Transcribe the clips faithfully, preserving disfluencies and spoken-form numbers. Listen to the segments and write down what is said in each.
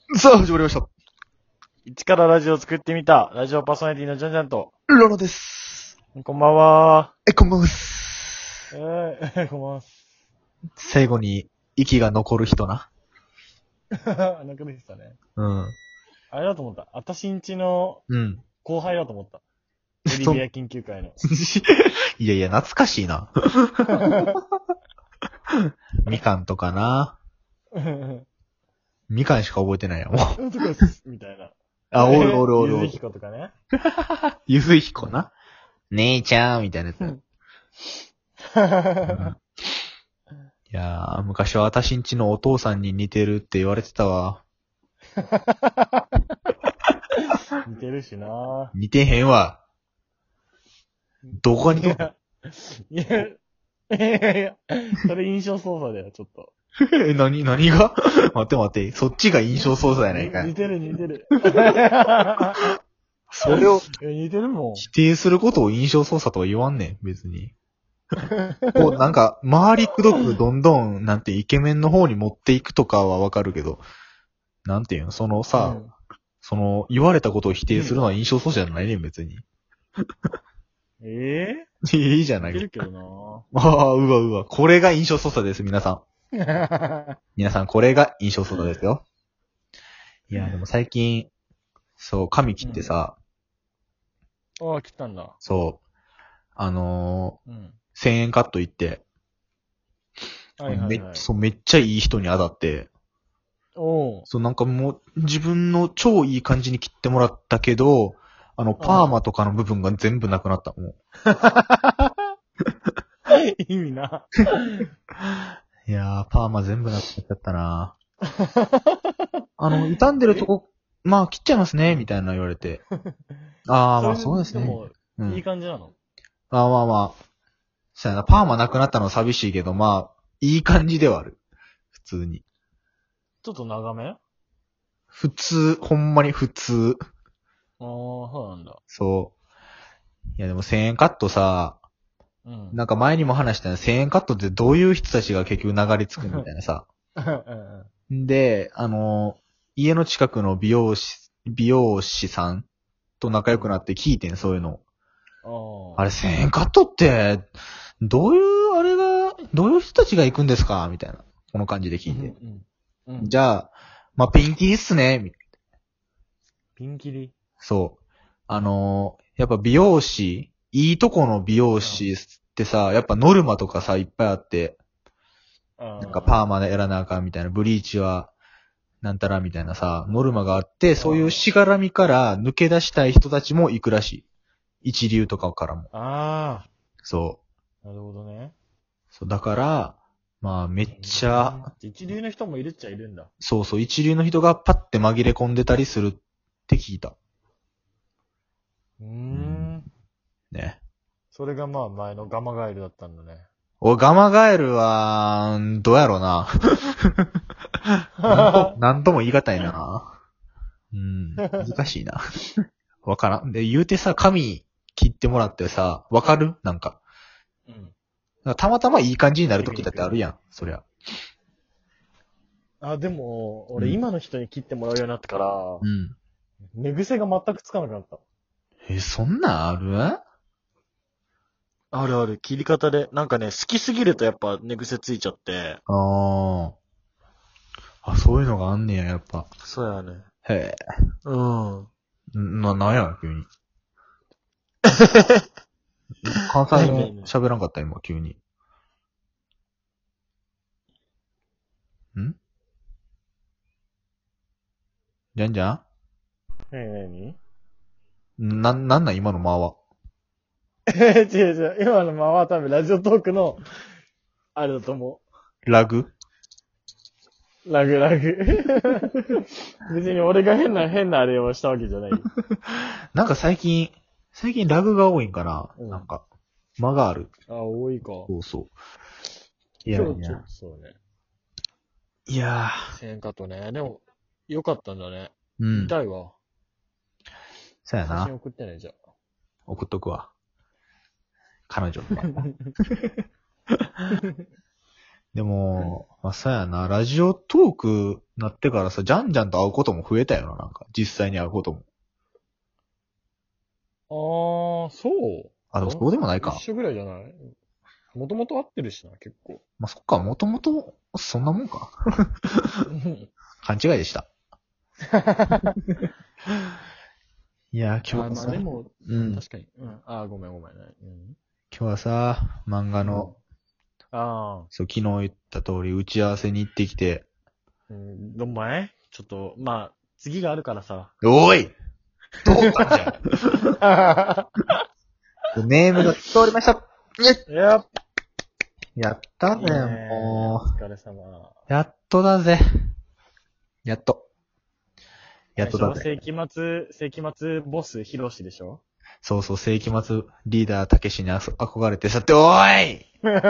さあ、始まりました。 一からラジオを作ってみた、ラジオパーソナリティのジャンジャンと、 ロロです。 こんばんはえ、こんばんはっす。 ー。えー、こんばんは。 最後に息が残る人な。 なんかでしたね。 うん。 あれだと思った。あたしんちのうん。 後輩だと思った。オリそビア研究会の。 いやいや、懐かしいな。みかんとかな。みかんしか覚えてないや、もう。 なんとかっす、みたいな。 あ、おるおるおるおる。 ゆずひことかね。 ゆずひこな。姉ちゃん、みたいなやつ。うんいやー、昔は私んちのお父さんに似てるって言われてたわ。 似てるしな似てへんわ。どこにいや、いや、いやいや、それ印象操作だよ、ちょっと。 え、何、何が待って待って。そっちが印象操作やないかい。 似てる似てる。 それをえ、似てるもん。 否定することを印象操作とは言わんねん、別に。こう、なんか、周りくどくどんどん、なんてイケメンの方に持っていくとかはわかるけど、なんていうの、そのさ、 うんその、言われたことを否定するのは印象操作じゃないねん、別に。 えいいじゃぇ、 ない。 似てるけどああ、うわうわ。これが印象操作です、皆さん。 な皆さん、これが印象操作ですよ。いや、でも最近、そう、髪切ってさ、 ああ、切ったんだ。 そう、あのうん。 ー、せんえんカット行って、 はいはいはい。 めっそう、めっちゃいい人に当たって、 おう。 そう、なんかもう、自分の超いい感じに切ってもらったけど、あの、パーマとかの部分が全部なくなった。も意味な。 う。いやー、パーマ全部なくなっちゃったな。あの、傷んでるとこ、まあ、切っちゃいますね、みたいな言われて。あー、まあ、 それそうですね。 でも、いいうん。 感じなの？ あー、まあまあ。そうやな、パーマなくなったのは寂しいけど、まあ、いい感じではある。普通に。 ちょっと長め？ああ、 普通、ほんまに普通。 そうなんだ。 そう。いや、でもせんえんカットさ、 うん。 なんか前にも話したよ。せんえんカットってどういう人たちが結局流れ着くみたいなさ。で、あの、家の近くの美容師、美容師さんと仲良くなって聞いてん、そういうの。 ああれ、せんえんカットって、どういう、あれが、どういう人たちが行くんですかみたいな。この感じで聞いて。 うん。うん。 じゃあ、まあ、ピンキリっすね。みピンキリ？ そう。あのやっぱ美容師、いいとこの美容師ってさ、やっぱノルマとかさ、いっぱいあって、なんかパーマでやらなあかんみたいな、ブリーチは、なんたらみたいなさ、ノルマがあって、そういうしがらみから抜け出したい人たちも行くらしい。一流とかからも。 ああ。 そう。 なるほどね。 そう、だから、まあめっちゃ、 一流の人もいるっちゃいるんだ。 そうそう、一流の人がパッて紛れ込んでたりするって聞いた。 うーん。 ね。 それがまあ前のガマガエルだったんだね。 おい、ガマガエルは、どうやろうな。なんと、なんとも言い難いな。うん、難しいな。わからん。で、言うてさ、髪切ってもらってさ、わかるなんか。 うん。 たまたまいい感じになるときだってあるやん、そりゃ。 あ、でも、 うん俺今の人に切ってもらうようになってから、 うん。 寝癖が全くつかなくなった。 え、そんなんあるああるある、切り方で。なんかね、好きすぎるとやっぱ寝癖ついちゃって。 あ。あ、そういうのがあんねや、やっぱ。 そうやね。 へえ。 うん。 な、なんや、急に。関西弁喋らんかった、今、急に。んじゃんじゃえ、なに？ んな、なんなん、今の間は。 え、違う違う。今のまま多分ラジオトークの、あれだと思ラグう。ラグラグ。別に俺が変な、変なあれをしたわけじゃない。 なんか最近、最近ラグが多いんかな、 うんなんか、間がある。 あ、多いか。 そうそう。いやいや今日ちょっと。そうね。 いやせんかとね。でも、よかったんだね。 ー。うん。 見たいわ。 そうや写真な。 送ってね、じゃ送っとくわ。彼女の。 あ。 でも、まあ、そうやな、ラジオトークなってからさ、ジャンジャンと会うことも増えたよな、なんか。実際に会うことも。 あー、そうあ、でもそうでもないか。 一緒ぐらいじゃないもともと合ってるしな、結構。 まあ、そっか、もともと、そんなもんか。勘違いでした。いや、今日はさ、 あ、まあでも、 うん。 確かに。うん。あー、ごめんごめん、ね。うん、 今日はさ、漫画の、 あそう、昨日言った通り、打ち合わせに行ってきて、 ー、うん、どんまいちょっと、まあ、次があるからさ。 おい通ったんじゃんネームが通りましたいや、 やったぜ、 いいねもお疲れ様。 う。やっとだぜ。やっと。やっとだぜ。 世紀末、世紀末ボス、ヒロシでしょそうそう、世紀末リーダーたけしにあそ憧れてさって、おい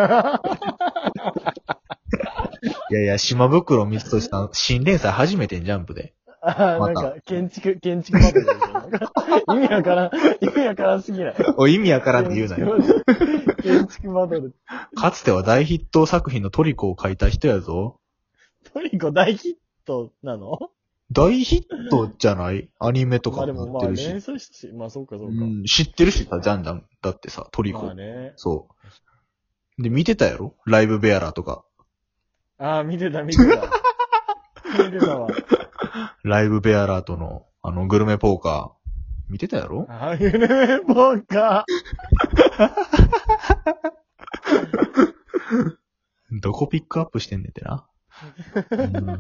いやいや、島袋光俊さん、新連載初めてん、ジャンプで。 あー、 またなんか、建築、建築バトルみたいな。なんか意味わからん、意味わからんすぎない。 おい、意味わからんって言うなよ。 建築バトル。 かつては大ヒット作品のトリコを書いた人やぞ。 トリコ大ヒットなの大ヒットじゃないアニメとかまあでもまあもやってるし。 連載したし、まあそうかそうか。 うん、知ってるしさ、ジャンジャン。だってさ、トリコ。 まあね。 そう。で、見てたやろライブベアラーとか。 ああ、見てた見てた。見てたわ。 ライブベアラーとの、あの、グルメポーカー。見てたやろああいうね、ポーカどこピックアップしてんねんってな。うん、 懐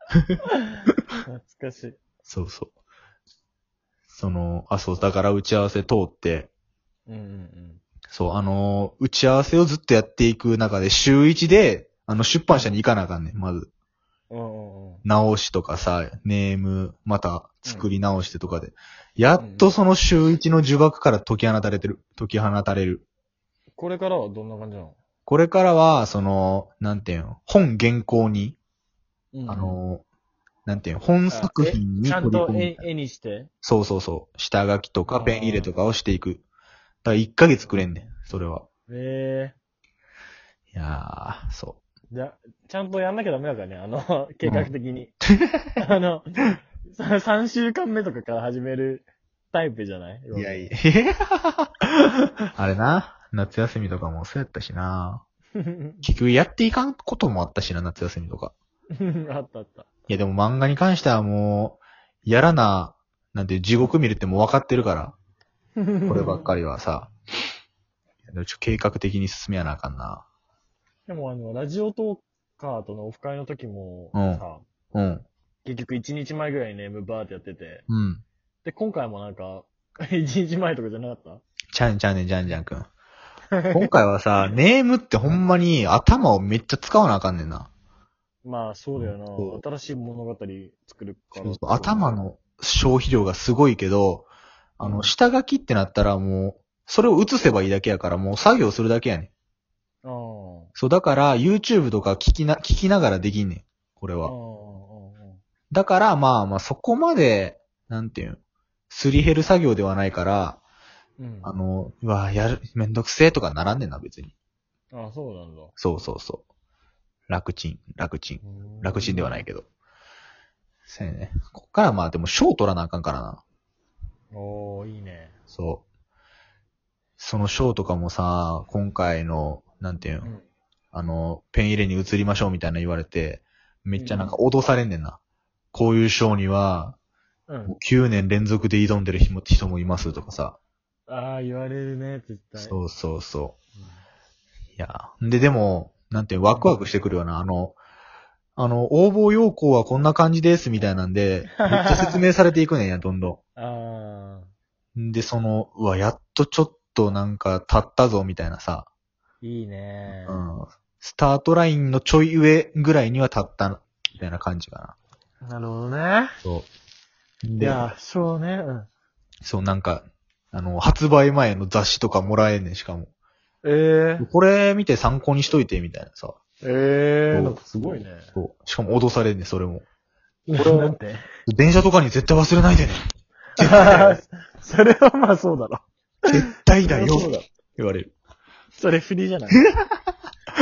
かしい。 そうそう。その、あ、そう、だから打ち合わせ通って、 うんうんそう、あのー打ち合わせをずっとやっていく中で、週一で、あの、出版社に行かなあかんねん、まず。 うん。うんうん直しとかさ、ネーム、また作り直してとかで。やっとその週一の呪縛から解き放たれてる。解き放たれる。 これからはどんな感じなのこれからは、その、なんていうの、本原稿に、 うんあの、なんていうの、本作品にちゃんと取り込む。 絵絵にしてそうそうそう。下書きとかあーペン入れとかをしていく。だからいっかげつくれんねん、それは。 えいやー、そえー。じゃ、ちゃんとやんなきゃダメだからね、あの、計画的に。あの、ささんしゅうかんめとかから始めるタイプじゃないういやいや。あれな、夏休みとかもそうやったしな。結局やっていかんこともあったしな、夏休みとか。 あったあった。 いやでも漫画に関してはもう、やらな、なんていう地獄見るってもう分かってるから。こればっかりはさ。いやちょ計画的に進めやなあかんな。 でもあの、ラジオトーカーとのオフ会の時もうんさ、 うん。 結局いちにちまえぐらいにネームバーってやってて、 うん。 で、今回もなんか、いちにちまえとかじゃなかったちゃんちゃんねんじゃんじゃんくん。今回はさ、ネームってほんまに頭をめっちゃ使わなあかんねんな。 まあ、そうだよな。 そう新しい物語作るから。 そうそう頭の消費量がすごいけど、あの、下書きってなったらもう、それを写せばいいだけやからもう作業するだけやねん。 ああ。 そう、だから YouTube とか聞きな、聞きながらできんねん。これああ。 は。だからまあまあそこまで、なんていうん、すり減る作業ではないから、 うん。 あの、うわ、やる、めんどくせえとかならんねんな、別に。 ああ、そうなんだ。 そうそうそう。楽ちん、楽ちん。楽ちんではないけど。そうやね。こっからまあでも賞取らなあかんからな。 おー、いいね。 そう。その賞とかもさ、今回の、なんていうの、 うん。 あの、ペン入れに移りましょうみたいな言われて、めっちゃなんか脅されんねんな。こういう賞には、 うん。 きゅうねん連続で挑んでる人も人もいますとかさ。 ああ、言われるね、絶対。 そうそうそう。いや。で、でも、なんていう、ワクワクしてくるよな。あの、あの、応募要項はこんな感じですみたいなんで、めっちゃ説明されていくねんや、どんどああ、 ん。で、その、うわ、やっとちょっとなんか立ったぞみたいなさ。 いいね。 うん。スタートラインのちょい上ぐらいには立った、みたいな感じかな。 なるほどね。 そう。 いで、 や、そうね。うん。 そう、なんか、あの、発売前の雑誌とかもらえんねん、しかも。 ええこれ見て参考にしといて、みたいなさ。 ええそうなんかすごいね。 そう。しかも脅されんねん、それも。 これなんて電車とかに絶対忘れないでね。 それはまあそうだろ。 絶対だよ。 そうだ。 言われる。 それ振りじゃない。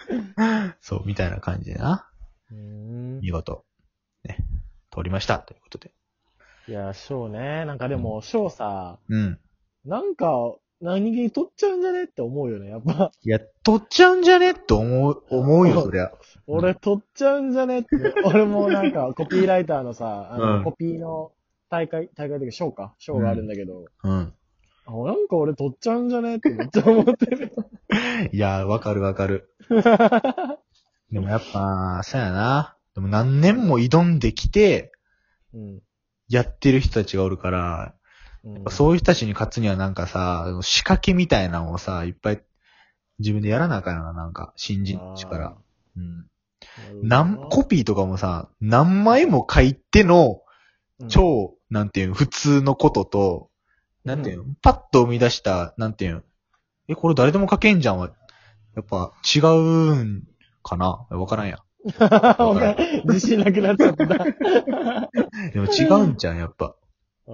そう、みたいな感じでな。 うーん。 見事、ね、通りました。ということで。 いや、賞ね。なんかでも、賞さ、 うん。 なんか、何気に取っちゃうんじゃねって思うよね、やっぱ。 いや、取っちゃうんじゃねって思う、思うよ、そりゃ。 俺取っちゃうんじゃねって。俺もなんか、コピーライターのさ、あの、 うんコピーの大会、大会的賞か賞があるんだけど、 うん。 あなんか俺取っちゃうんじゃねってめっちゃ思ってる。 いや、わかるわかる。でもやっぱ、そうやな。でも何年も挑んできて、 うん。 やってる人たちがおるから、 うん、 そういう人たちに勝つにはなんかさ、仕掛けみたいなのをさ、いっぱい自分でやらなあかんよな、なんか、新人地から。うん。なん、コピーとかもさ、何枚も書いての、超、うん、なんていうの、普通のことと、なんていうの、うん、パッと生み出した、なんていうの、え、これ誰でも書けんじゃんは、やっぱ違うんかなわからんや。 自信なくなっちゃった。 でも違うんじゃん、やっぱ。 うん。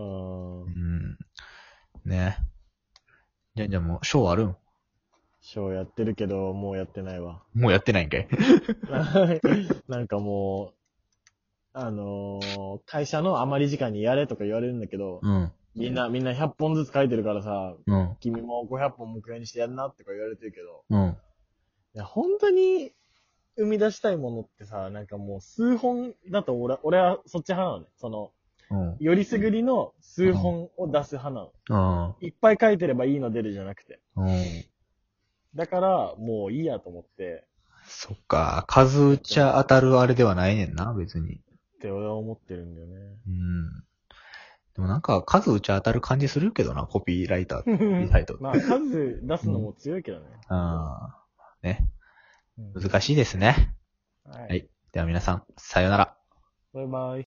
うん。ね。じゃあ、じゃあもう、ショーあるん？ ショーやってるけど、もうやってないわ。 もうやってないんかいなんかもう、あのー、会社の余り時間にやれとか言われるんだけど、 うん。 みんな、みんなひゃっぽんずつ書いてるからさ、 うん。 君もごひゃっぽん目標にしてやんなってか言われてるけど、 うん。 いや、本当に生み出したいものってさ、なんかもう数本だと俺、俺はそっち派なのね。その、うん、よりすぐりの数本を出す派なの。うん、いっぱい書いてればいいの出るじゃなくて。うん、だから、もういいやと思って。 そっか、数打ちゃ当たるあれではないねんな、別に。 って俺は思ってるんだよね。 うん。でもなんか数打ち当たる感じするけどな、コピーライターサイト。 まあ数出すのも強いけどね。 うん。ああ。ね。難しいですね。はい。はい。では皆さん、さよなら。 バイバイ。